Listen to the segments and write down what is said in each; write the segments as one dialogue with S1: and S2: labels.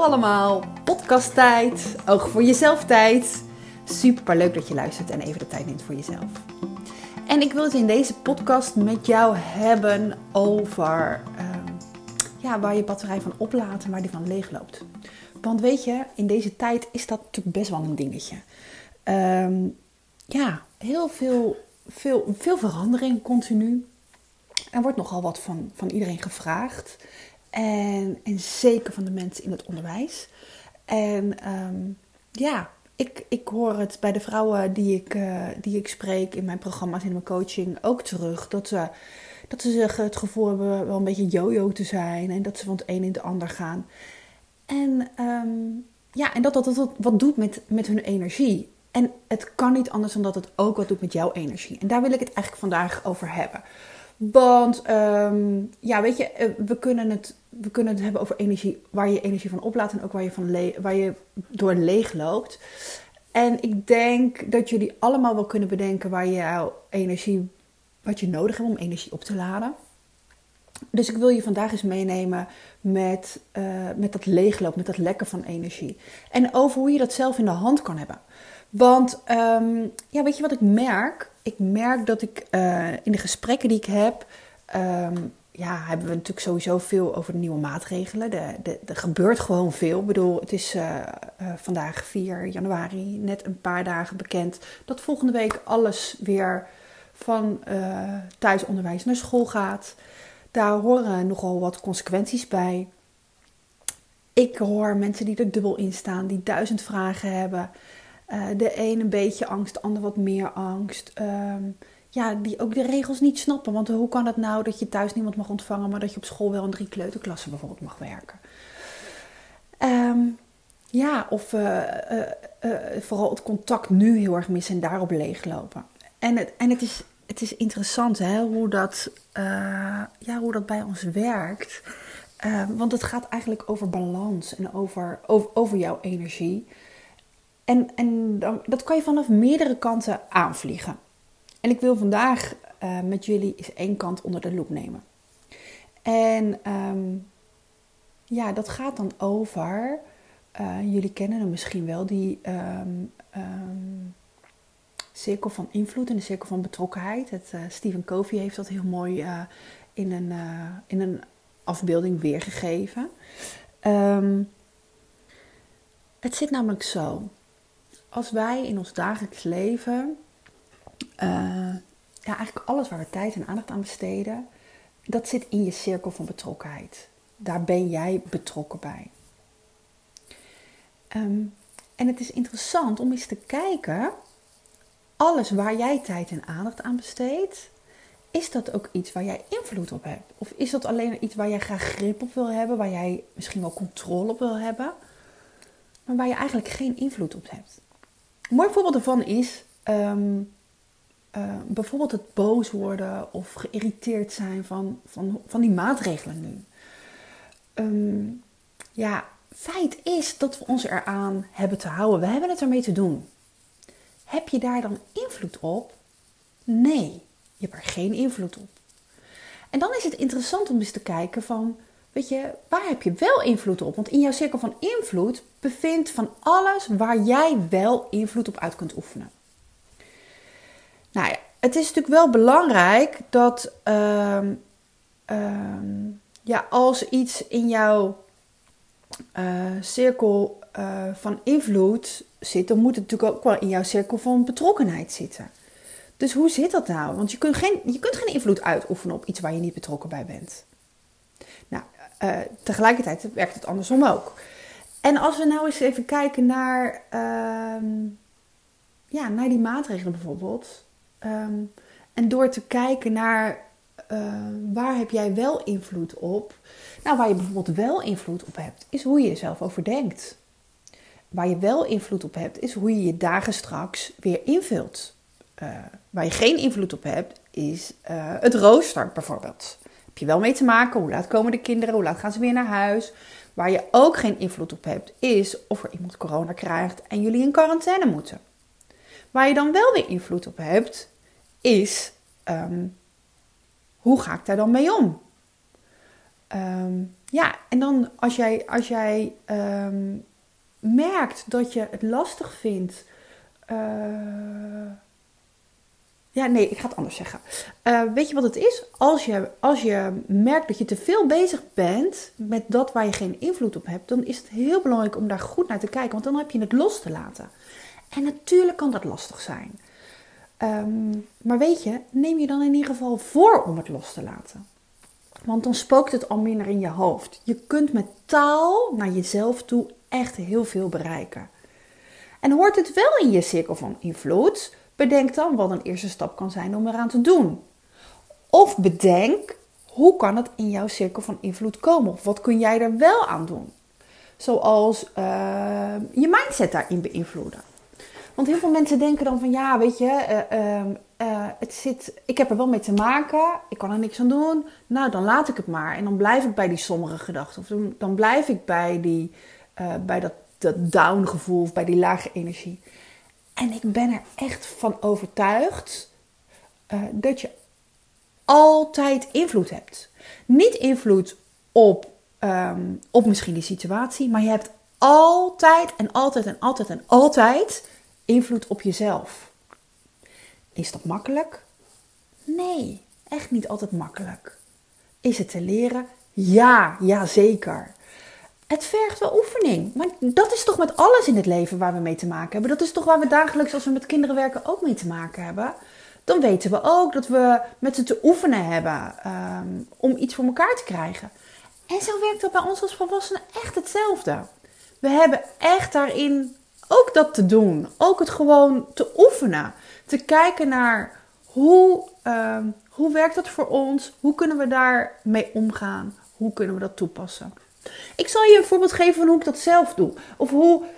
S1: allemaal, podcasttijd, oog voor jezelf tijd. Super leuk dat je luistert en even de tijd neemt voor jezelf. En ik wil het in deze podcast met jou hebben over waar je batterij van oplaadt en waar die van leegloopt. Want weet je, in deze tijd is dat natuurlijk best wel een dingetje. Heel veel verandering continu. Er wordt nogal wat van iedereen gevraagd. En zeker van de mensen in het onderwijs. En ik hoor het bij de vrouwen die ik spreek in mijn programma's, in mijn coaching ook terug. Dat ze het gevoel hebben wel een beetje yo-yo te zijn. En dat ze van het een in het ander gaan. En dat wat doet met hun energie. En het kan niet anders dan dat het ook wat doet met jouw energie. En daar wil ik het eigenlijk vandaag over hebben. Want we kunnen het hebben over energie, waar je energie van oplaadt en ook waar je door leeg loopt. En ik denk dat jullie allemaal wel kunnen bedenken waar jouw energie, wat je nodig hebt om energie op te laden. Dus ik wil je vandaag eens meenemen met dat leegloop, met dat lekken van energie. En over hoe je dat zelf in de hand kan hebben. Want weet je wat ik merk? Ik merk dat ik in de gesprekken die ik heb, hebben we natuurlijk sowieso veel over de nieuwe maatregelen. Er gebeurt gewoon veel. Ik bedoel, het is vandaag 4 januari, net een paar dagen bekend dat volgende week alles weer van thuisonderwijs naar school gaat. Daar horen nogal wat consequenties bij. Ik hoor mensen die er dubbel in staan, die 1000 vragen hebben. De een een beetje angst, de ander wat meer angst. Die ook de regels niet snappen. Want hoe kan het nou dat je thuis niemand mag ontvangen, maar dat je op school wel in 3 kleuterklassen bijvoorbeeld mag werken? Vooral het contact nu heel erg missen en daarop leeglopen. En het is interessant hoe dat bij ons werkt. Want het gaat eigenlijk over balans en over jouw energie. En dat kan je vanaf meerdere kanten aanvliegen. En ik wil vandaag met jullie eens 1 kant onder de loep nemen. En dat gaat dan over, jullie kennen hem misschien wel, die cirkel van invloed en de cirkel van betrokkenheid. Stephen Covey heeft dat heel mooi in een afbeelding weergegeven. Het zit namelijk zo. Als wij in ons dagelijks leven, eigenlijk alles waar we tijd en aandacht aan besteden, dat zit in je cirkel van betrokkenheid. Daar ben jij betrokken bij. En het is interessant om eens te kijken, alles waar jij tijd en aandacht aan besteedt, is dat ook iets waar jij invloed op hebt? Of is dat alleen iets waar jij graag grip op wil hebben, waar jij misschien wel controle op wil hebben, maar waar je eigenlijk geen invloed op hebt? Een mooi voorbeeld daarvan is bijvoorbeeld het boos worden of geïrriteerd zijn van die maatregelen nu. Feit is dat we ons eraan hebben te houden. We hebben het ermee te doen. Heb je daar dan invloed op? Nee, je hebt er geen invloed op. En dan is het interessant om eens te kijken van, weet je, waar heb je wel invloed op? Want in jouw cirkel van invloed bevindt van alles waar jij wel invloed op uit kunt oefenen. Nou ja, het is natuurlijk wel belangrijk dat als iets in jouw cirkel van invloed zit, dan moet het natuurlijk ook wel in jouw cirkel van betrokkenheid zitten. Dus hoe zit dat nou? Want je kunt geen invloed uitoefenen op iets waar je niet betrokken bij bent. Nou, tegelijkertijd werkt het andersom ook. En als we nou eens even kijken naar die maatregelen bijvoorbeeld. En door te kijken naar waar heb jij wel invloed op. Nou, waar je bijvoorbeeld wel invloed op hebt, is hoe je jezelf overdenkt. Waar je wel invloed op hebt, is hoe je je dagen straks weer invult. Waar je geen invloed op hebt, is het rooster bijvoorbeeld. Heb je wel mee te maken, hoe laat komen de kinderen, hoe laat gaan ze weer naar huis. Waar je ook geen invloed op hebt, is of er iemand corona krijgt en jullie in quarantaine moeten. Waar je dan wel weer invloed op hebt, is hoe ga ik daar dan mee om? Ja, en dan als jij merkt dat je het lastig vindt. Ja, nee, ik ga het anders zeggen. Weet je wat het is? Als je merkt dat je te veel bezig bent met dat waar je geen invloed op hebt, dan is het heel belangrijk om daar goed naar te kijken, want dan heb je het los te laten. En natuurlijk kan dat lastig zijn. Maar weet je, neem je dan in ieder geval voor om het los te laten. Want dan spookt het al minder in je hoofd. Je kunt met taal naar jezelf toe echt heel veel bereiken. En hoort het wel in je cirkel van invloed? Bedenk dan wat een eerste stap kan zijn om eraan te doen. Of bedenk, hoe kan het in jouw cirkel van invloed komen? Of wat kun jij er wel aan doen? Zoals je mindset daarin beïnvloeden. Want heel veel mensen denken dan van ja, weet je, ik heb er wel mee te maken, ik kan er niks aan doen. Nou, dan laat ik het maar. En dan blijf ik bij die sombere gedachten. Of dan blijf ik bij dat down gevoel of bij die lage energie. En ik ben er echt van overtuigd dat je altijd invloed hebt. Niet invloed op misschien die situatie, maar je hebt altijd en altijd en altijd en altijd invloed op jezelf. Is dat makkelijk? Nee, echt niet altijd makkelijk. Is het te leren? Ja, zeker. Het vergt wel oefening. Maar dat is toch met alles in het leven waar we mee te maken hebben. Dat is toch waar we dagelijks, als we met kinderen werken, ook mee te maken hebben. Dan weten we ook dat we met ze te oefenen hebben om iets voor elkaar te krijgen. En zo werkt dat bij ons als volwassenen echt hetzelfde. We hebben echt daarin ook dat te doen. Ook het gewoon te oefenen. Te kijken naar hoe werkt dat voor ons? Hoe kunnen we daarmee omgaan? Hoe kunnen we dat toepassen? Ik zal je een voorbeeld geven van hoe ik dat zelf doe. Of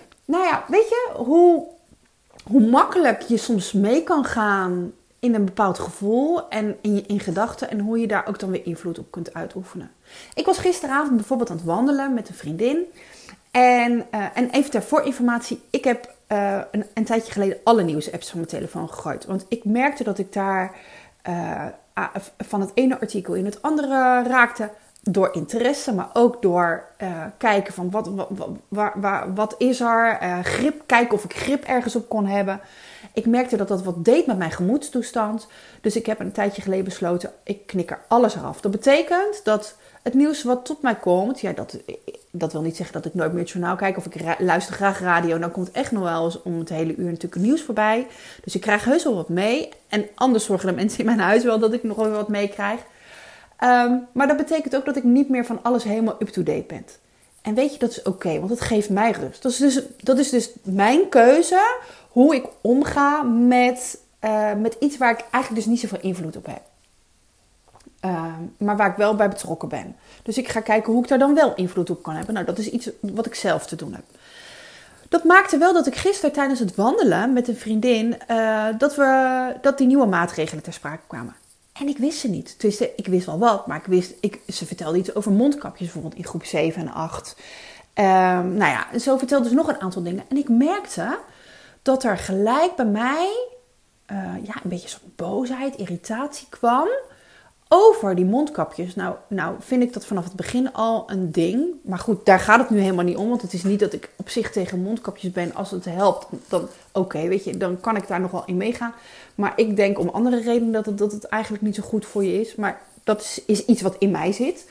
S1: hoe makkelijk je soms mee kan gaan in een bepaald gevoel en in gedachten. En hoe je daar ook dan weer invloed op kunt uitoefenen. Ik was gisteravond bijvoorbeeld aan het wandelen met een vriendin. En even ter voorinformatie, ik heb een tijdje geleden alle nieuwsapps van mijn telefoon gegooid. Want ik merkte dat ik daar van het ene artikel in het andere raakte. Door interesse, maar ook door kijken van wat is er. Grip, kijken of ik grip ergens op kon hebben. Ik merkte dat dat wat deed met mijn gemoedstoestand. Dus ik heb een tijdje geleden besloten, ik knik er alles eraf. Dat betekent dat het nieuws wat tot mij komt, ja, dat wil niet zeggen dat ik nooit meer het journaal kijk. Of ik luister graag radio. Dan komt echt nog wel eens om het hele uur natuurlijk nieuws voorbij. Dus ik krijg heus wel wat mee. En anders zorgen de mensen in mijn huis wel dat ik nog wel wat meekrijg. Maar dat betekent ook dat ik niet meer van alles helemaal up-to-date ben. En weet je, dat is oké, want dat geeft mij rust. Dat is dus mijn keuze, hoe ik omga met iets waar ik eigenlijk dus niet zoveel invloed op heb. Maar waar ik wel bij betrokken ben. Dus ik ga kijken hoe ik daar dan wel invloed op kan hebben. Nou, dat is iets wat ik zelf te doen heb. Dat maakte wel dat ik gisteren tijdens het wandelen met een vriendin, dat die nieuwe maatregelen ter sprake kwamen. En ik wist ze niet. Dus ik wist wel wat, maar ze vertelde iets over mondkapjes, bijvoorbeeld in groep 7 en 8. Nou ja, zo vertelde ze nog een aantal dingen. En ik merkte dat er gelijk bij mij een beetje een soort boosheid, irritatie kwam over die mondkapjes. Nou vind ik dat vanaf het begin al een ding. Maar goed, daar gaat het nu helemaal niet om. Want het is niet dat ik op zich tegen mondkapjes ben. Als het helpt, dan oké, weet je, dan kan ik daar nog wel in meegaan. Maar ik denk om andere redenen dat het eigenlijk niet zo goed voor je is. Maar dat is iets wat in mij zit.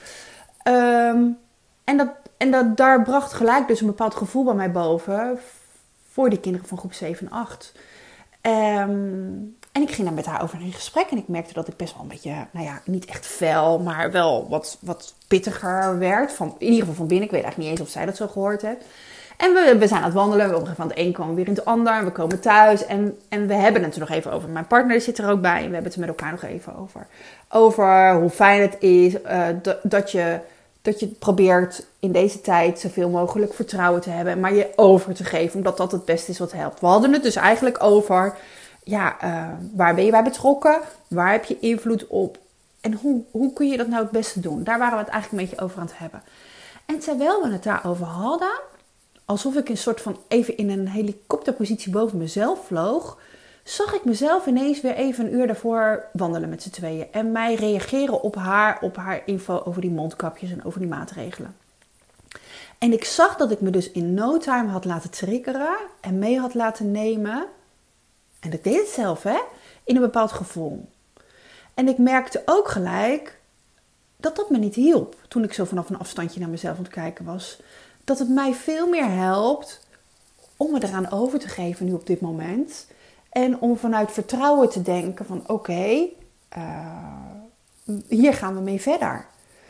S1: Daar bracht gelijk dus een bepaald gevoel bij mij boven. Voor die kinderen van groep 7 en 8. En ik ging daar met haar over in gesprek. En ik merkte dat ik best wel een beetje, niet echt fel, maar wel wat pittiger werd. In ieder geval van binnen. Ik weet eigenlijk niet eens of zij dat zo gehoord heeft. En we zijn aan het wandelen. Op een gegeven moment van het een komen we weer in het ander. We komen thuis. En we hebben het er nog even over. Mijn partner zit er ook bij. En we hebben het er met elkaar nog even over. Over hoe fijn het is dat je probeert in deze tijd zoveel mogelijk vertrouwen te hebben. Maar je over te geven. Omdat dat het beste is wat helpt. We hadden het dus eigenlijk over, waar ben je bij betrokken? Waar heb je invloed op? En hoe kun je dat nou het beste doen? Daar waren we het eigenlijk een beetje over aan het hebben. En terwijl we het daarover hadden, alsof ik een soort van even in een helikopterpositie boven mezelf vloog, zag ik mezelf ineens weer even een uur daarvoor wandelen met z'n tweeën. En mij reageren op haar info over die mondkapjes en over die maatregelen. En ik zag dat ik me dus in no time had laten triggeren en mee had laten nemen. En ik deed het zelf, in een bepaald gevoel. En ik merkte ook gelijk dat dat me niet hielp. Toen ik zo vanaf een afstandje naar mezelf aan het kijken was. Dat het mij veel meer helpt om me eraan over te geven nu op dit moment. En om vanuit vertrouwen te denken van oké, hier gaan we mee verder.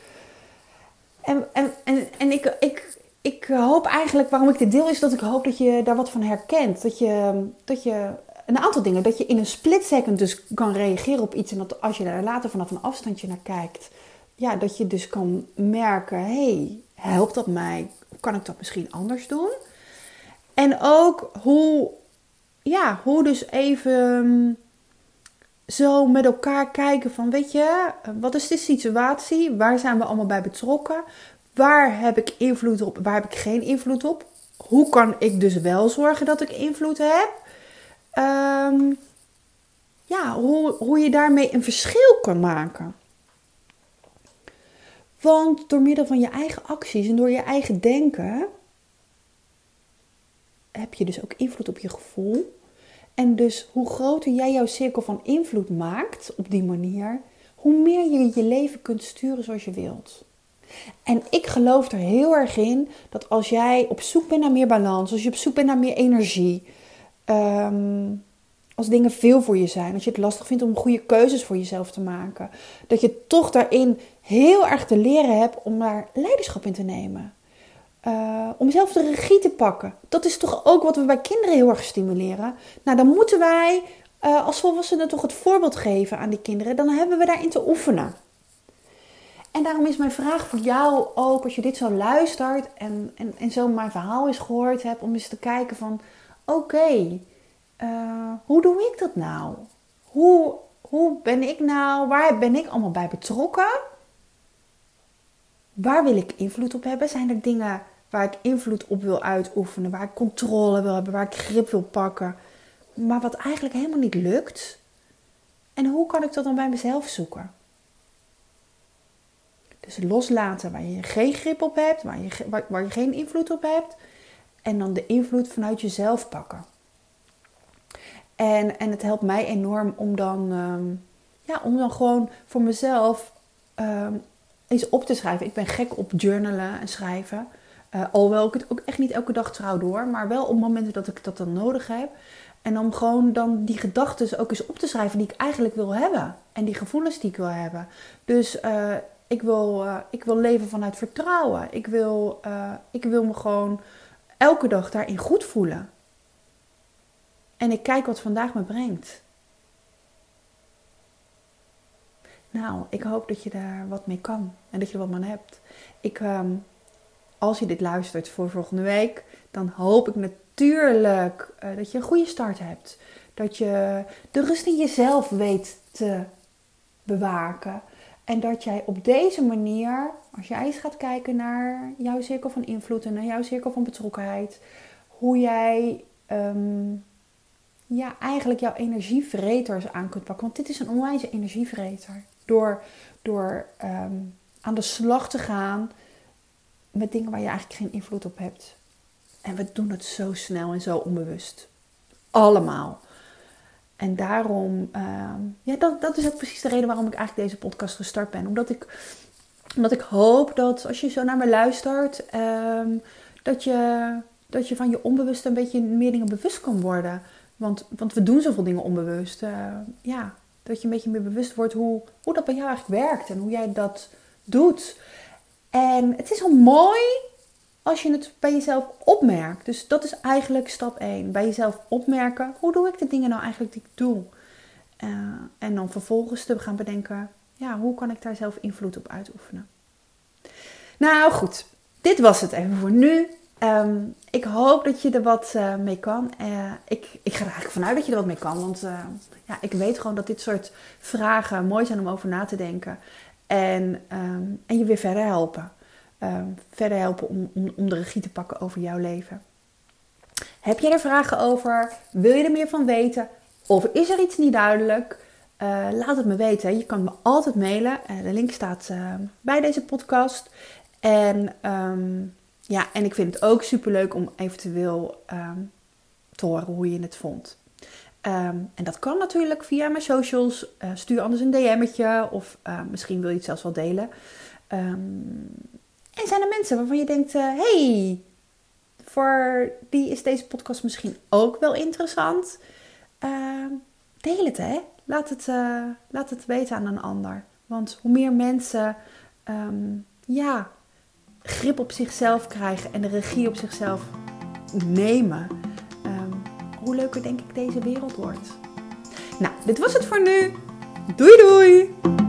S1: En ik hoop eigenlijk, waarom ik dit deel, is dat ik hoop dat je daar wat van herkent. Dat je een aantal dingen, dat je in een split second dus kan reageren op iets. En dat als je daar later vanaf een afstandje naar kijkt, ja, dat je dus kan merken, hey, helpt dat mij? Kan ik dat misschien anders doen? En ook hoe dus even zo met elkaar kijken van, weet je, wat is de situatie? Waar zijn we allemaal bij betrokken? Waar heb ik invloed op? Waar heb ik geen invloed op? Hoe kan ik dus wel zorgen dat ik invloed heb? Hoe je daarmee een verschil kan maken. Want door middel van je eigen acties en door je eigen denken heb je dus ook invloed op je gevoel. En dus hoe groter jij jouw cirkel van invloed maakt op die manier, hoe meer je je leven kunt sturen zoals je wilt. En ik geloof er heel erg in dat als jij op zoek bent naar meer balans, als je op zoek bent naar meer energie, als dingen veel voor je zijn, als je het lastig vindt om goede keuzes voor jezelf te maken, dat je toch daarin heel erg te leren hebt om daar leiderschap in te nemen. Om zelf de regie te pakken. Dat is toch ook wat we bij kinderen heel erg stimuleren. Nou, dan moeten wij als volwassenen toch het voorbeeld geven aan die kinderen. Dan hebben we daarin te oefenen. En daarom is mijn vraag voor jou ook, als je dit zo luistert en zo mijn verhaal eens gehoord hebt, om eens te kijken van, oké, hoe doe ik dat nou? Hoe ben ik nou? Waar ben ik allemaal bij betrokken? Waar wil ik invloed op hebben? Zijn er dingen waar ik invloed op wil uitoefenen, waar ik controle wil hebben, waar ik grip wil pakken, maar wat eigenlijk helemaal niet lukt? En hoe kan ik dat dan bij mezelf zoeken? Dus loslaten waar je geen grip op hebt, waar je geen invloed op hebt. En dan de invloed vanuit jezelf pakken. En het helpt mij enorm om dan gewoon voor mezelf eens op te schrijven. Ik ben gek op journalen en schrijven. Alhoewel ik het ook echt niet elke dag trouw doe, maar wel op momenten dat ik dat dan nodig heb. En om gewoon dan die gedachten ook eens op te schrijven die ik eigenlijk wil hebben. En die gevoelens die ik wil hebben. Dus ik wil leven vanuit vertrouwen. Ik wil me gewoon elke dag daarin goed voelen. En ik kijk wat vandaag me brengt. Nou, ik hoop dat je daar wat mee kan. En dat je er wat aan hebt. Als je dit luistert voor volgende week, dan hoop ik natuurlijk dat je een goede start hebt. Dat je de rust in jezelf weet te bewaken. En dat jij op deze manier, als jij eens gaat kijken naar jouw cirkel van invloed en naar jouw cirkel van betrokkenheid, hoe jij eigenlijk jouw energievreters aan kunt pakken. Want dit is een onwijze energievreter. Door aan de slag te gaan met dingen waar je eigenlijk geen invloed op hebt. En we doen het zo snel en zo onbewust. Allemaal. En daarom, dat is ook precies de reden waarom ik eigenlijk deze podcast gestart ben. Omdat ik hoop dat als je zo naar me luistert, dat je van je onbewust een beetje meer dingen bewust kan worden. Want we doen zoveel dingen onbewust. Dat je een beetje meer bewust wordt hoe dat bij jou eigenlijk werkt en hoe jij dat doet. En het is al mooi als je het bij jezelf opmerkt. Dus dat is eigenlijk stap 1. Bij jezelf opmerken, hoe doe ik de dingen nou eigenlijk die ik doe? En dan vervolgens te gaan bedenken, hoe kan ik daar zelf invloed op uitoefenen? Nou goed, dit was het even voor nu. Ik hoop dat je er wat mee kan. Ik ga er eigenlijk vanuit dat je er wat mee kan. Want ik weet gewoon dat dit soort vragen mooi zijn om over na te denken. En je weer verder helpen. Verder helpen om de regie te pakken over jouw leven. Heb je er vragen over? Wil je er meer van weten? Of is er iets niet duidelijk? Laat het me weten. Je kan me altijd mailen. De link staat bij deze podcast. En ik vind het ook superleuk om eventueel te horen hoe je het vond. En dat kan natuurlijk via mijn socials. Stuur anders een DM'tje of misschien wil je het zelfs wel delen. En zijn er mensen waarvan je denkt, hey, voor die is deze podcast misschien ook wel interessant. Deel het, hè. Laat het weten aan een ander. Want hoe meer mensen grip op zichzelf krijgen en de regie op zichzelf nemen, hoe leuker denk ik deze wereld wordt. Nou, dit was het voor nu. Doei doei!